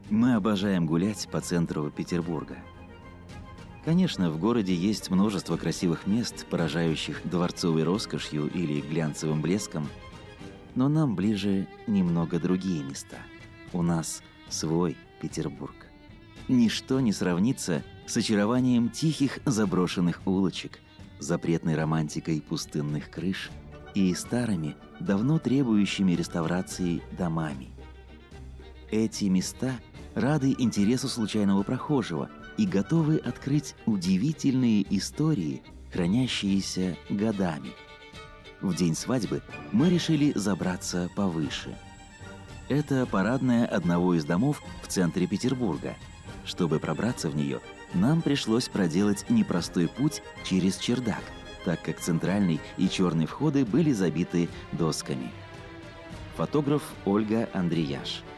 Мы обожаем гулять по центру Петербурга. Конечно, в городе есть множество красивых мест, поражающих дворцовой роскошью или глянцевым блеском, но нам ближе немного другие места. У нас свой Петербург. Ничто не сравнится с очарованием тихих заброшенных улочек, запретной романтикой пустынных крыш и старыми, давно требующими реставрации домами. Эти места рады интересу случайного прохожего и готовы открыть удивительные истории, хранящиеся годами. В день свадьбы мы решили забраться повыше. Это парадная одного из домов в центре Петербурга. Чтобы пробраться в нее, нам пришлось проделать непростой путь через чердак, так как центральный и черный входы были забиты досками. Фотограф Ольга Андрияш.